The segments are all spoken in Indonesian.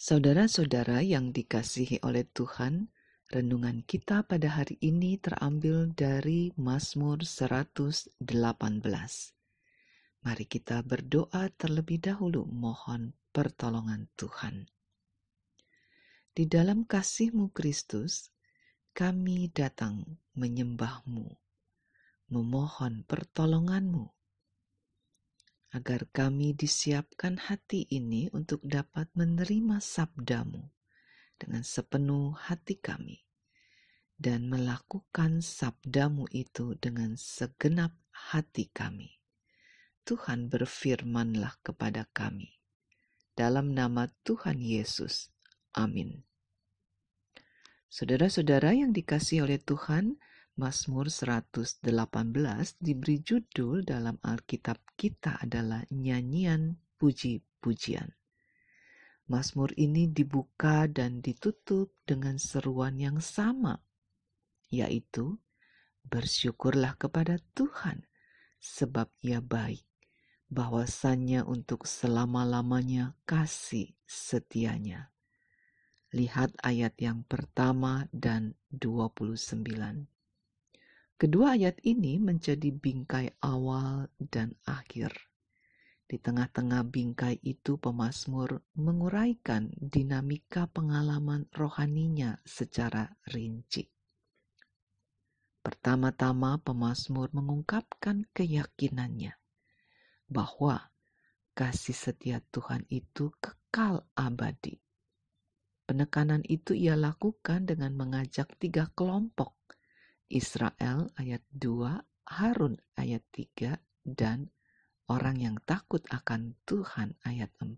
Saudara-saudara yang dikasihi oleh Tuhan, renungan kita pada hari ini terambil dari Mazmur 118. Mari kita berdoa terlebih dahulu mohon pertolongan Tuhan. Di dalam kasih-Mu Kristus, kami datang menyembah-Mu, memohon pertolongan-Mu, agar kami disiapkan hati ini untuk dapat menerima sabda-Mu dengan sepenuh hati kami, dan melakukan sabda-Mu itu dengan segenap hati kami. Tuhan berfirmanlah kepada kami. Dalam nama Tuhan Yesus. Amin. Saudara-saudara yang dikasihi oleh Tuhan, Mazmur 118 diberi judul dalam Alkitab kita adalah nyanyian puji-pujian. Mazmur ini dibuka dan ditutup dengan seruan yang sama, yaitu bersyukurlah kepada Tuhan sebab Ia baik, bahwasannya untuk selama-lamanya kasih setianya. Lihat ayat yang pertama dan 29. Kedua ayat ini menjadi bingkai awal dan akhir. Di tengah-tengah bingkai itu pemazmur menguraikan dinamika pengalaman rohaninya secara rinci. Pertama-tama pemazmur mengungkapkan keyakinannya bahwa kasih setia Tuhan itu kekal abadi. Penekanan itu ia lakukan dengan mengajak 3 kelompok, Israel ayat 2, Harun ayat 3, dan orang yang takut akan Tuhan ayat 4.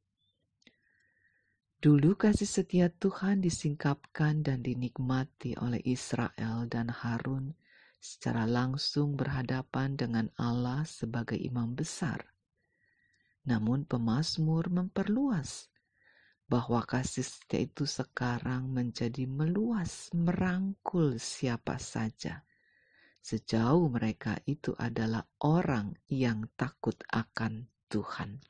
Dulu kasih setia Tuhan disingkapkan dan dinikmati oleh Israel dan Harun secara langsung berhadapan dengan Allah sebagai imam besar. Namun pemazmur memperluas bahwa kasih setia itu sekarang menjadi meluas merangkul siapa saja, sejauh mereka itu adalah orang yang takut akan Tuhan.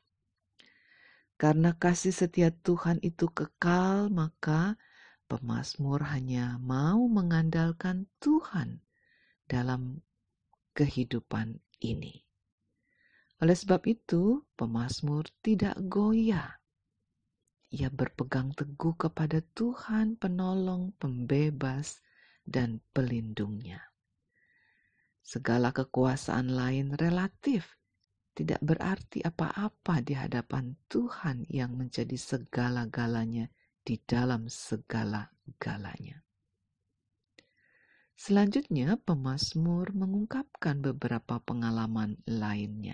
Karena kasih setia Tuhan itu kekal, maka pemazmur hanya mau mengandalkan Tuhan dalam kehidupan ini. Oleh sebab itu, pemazmur tidak goyah. Ia berpegang teguh kepada Tuhan penolong, pembebas, dan pelindungnya. Segala kekuasaan lain relatif, tidak berarti apa-apa di hadapan Tuhan yang menjadi segala-galanya di dalam segala-galanya. Selanjutnya, pemazmur mengungkapkan beberapa pengalaman lainnya.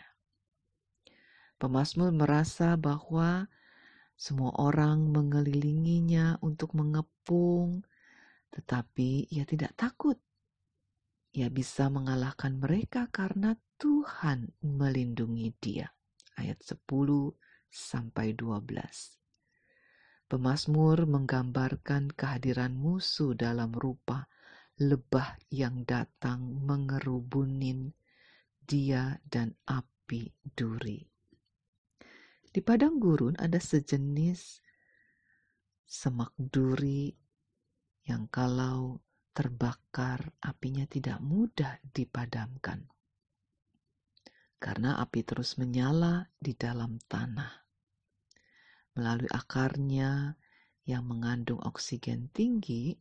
Pemazmur merasa bahwa semua orang mengelilinginya untuk mengepung, tetapi ia tidak takut. Ia bisa mengalahkan mereka karena Tuhan melindungi dia. Ayat 10 sampai 12. Pemazmur menggambarkan kehadiran musuh dalam rupa lebah yang datang mengerubunin dia dan api duri. Di padang gurun ada sejenis semak duri yang kalau terbakar apinya tidak mudah dipadamkan. Karena api terus menyala di dalam tanah. Melalui akarnya yang mengandung oksigen tinggi,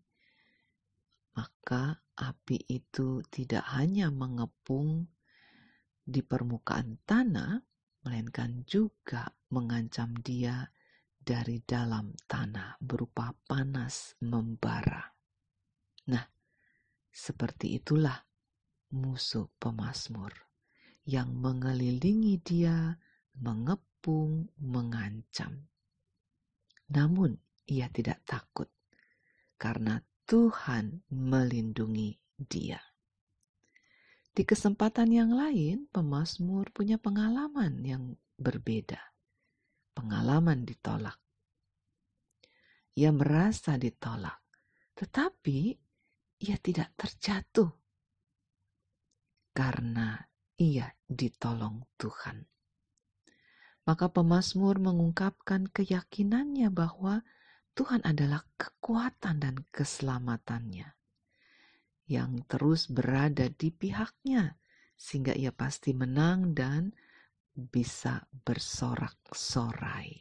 maka api itu tidak hanya mengepung di permukaan tanah, melainkan juga mengancam dia dari dalam tanah berupa panas membara. Nah, seperti itulah musuh pemazmur yang mengelilingi dia, mengepung, mengancam. Namun ia tidak takut karena Tuhan melindungi dia. Di kesempatan yang lain, pemazmur punya pengalaman yang berbeda. Pengalaman ditolak. Ia merasa ditolak, tetapi ia tidak terjatuh karena ia ditolong Tuhan. Maka pemazmur mengungkapkan keyakinannya bahwa Tuhan adalah kekuatan dan keselamatannya yang terus berada di pihaknya, sehingga ia pasti menang dan bisa bersorak-sorai.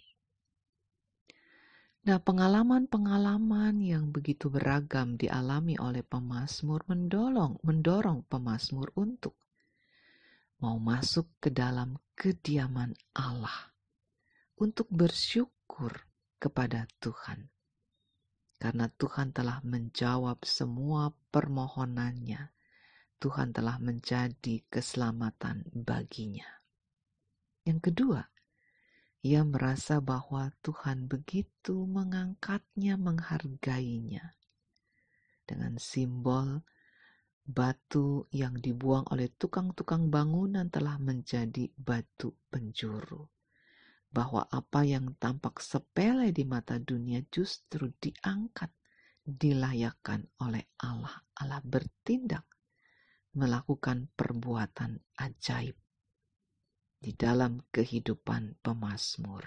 Nah, pengalaman-pengalaman yang begitu beragam dialami oleh pemazmur mendorong pemazmur untuk mau masuk ke dalam kediaman Allah, untuk bersyukur kepada Tuhan. Karena Tuhan telah menjawab semua permohonannya. Tuhan telah menjadi keselamatan baginya. Yang kedua, ia merasa bahwa Tuhan begitu mengangkatnya, menghargainya. Dengan simbol batu yang dibuang oleh tukang-tukang bangunan telah menjadi batu penjuru. Bahwa apa yang tampak sepele di mata dunia justru diangkat, dilayakkan oleh Allah. Allah bertindak, melakukan perbuatan ajaib di dalam kehidupan pemazmur.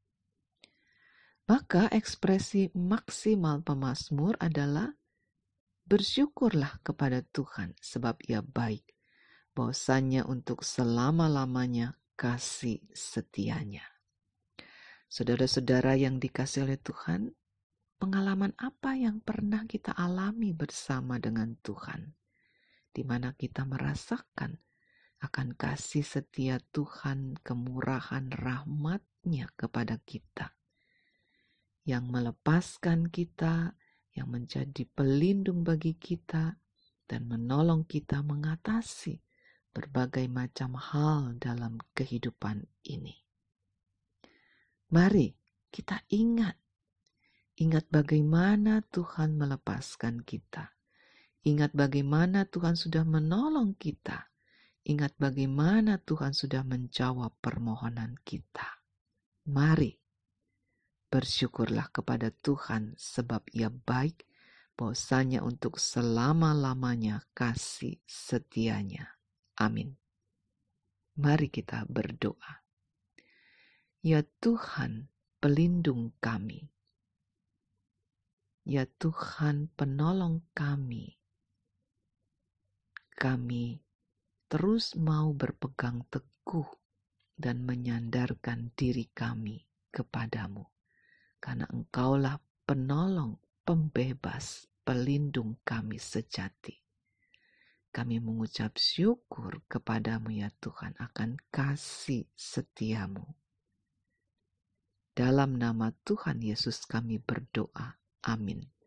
Maka ekspresi maksimal pemazmur adalah bersyukurlah kepada Tuhan sebab Ia baik, bahwasanya untuk selama-lamanya kasih setianya. Saudara-saudara yang dikasihi oleh Tuhan, pengalaman apa yang pernah kita alami bersama dengan Tuhan, di mana kita merasakan akan kasih setia Tuhan, kemurahan rahmat-Nya kepada kita, yang melepaskan kita, yang menjadi pelindung bagi kita, dan menolong kita mengatasi berbagai macam hal dalam kehidupan ini. Mari kita ingat bagaimana Tuhan melepaskan kita. Ingat bagaimana Tuhan sudah menolong kita. Ingat bagaimana Tuhan sudah menjawab permohonan kita. Mari bersyukurlah kepada Tuhan sebab Ia baik, bahwasanya untuk selama-lamanya kasih setianya. Amin. Mari kita berdoa. Ya Tuhan, pelindung kami. Ya Tuhan, penolong kami. Kami terus mau berpegang teguh dan menyandarkan diri kami kepadamu. Karena Engkaulah penolong, pembebas, pelindung kami sejati. Kami mengucap syukur kepadamu ya Tuhan akan kasih setiamu. Dalam nama Tuhan Yesus kami berdoa. Amin.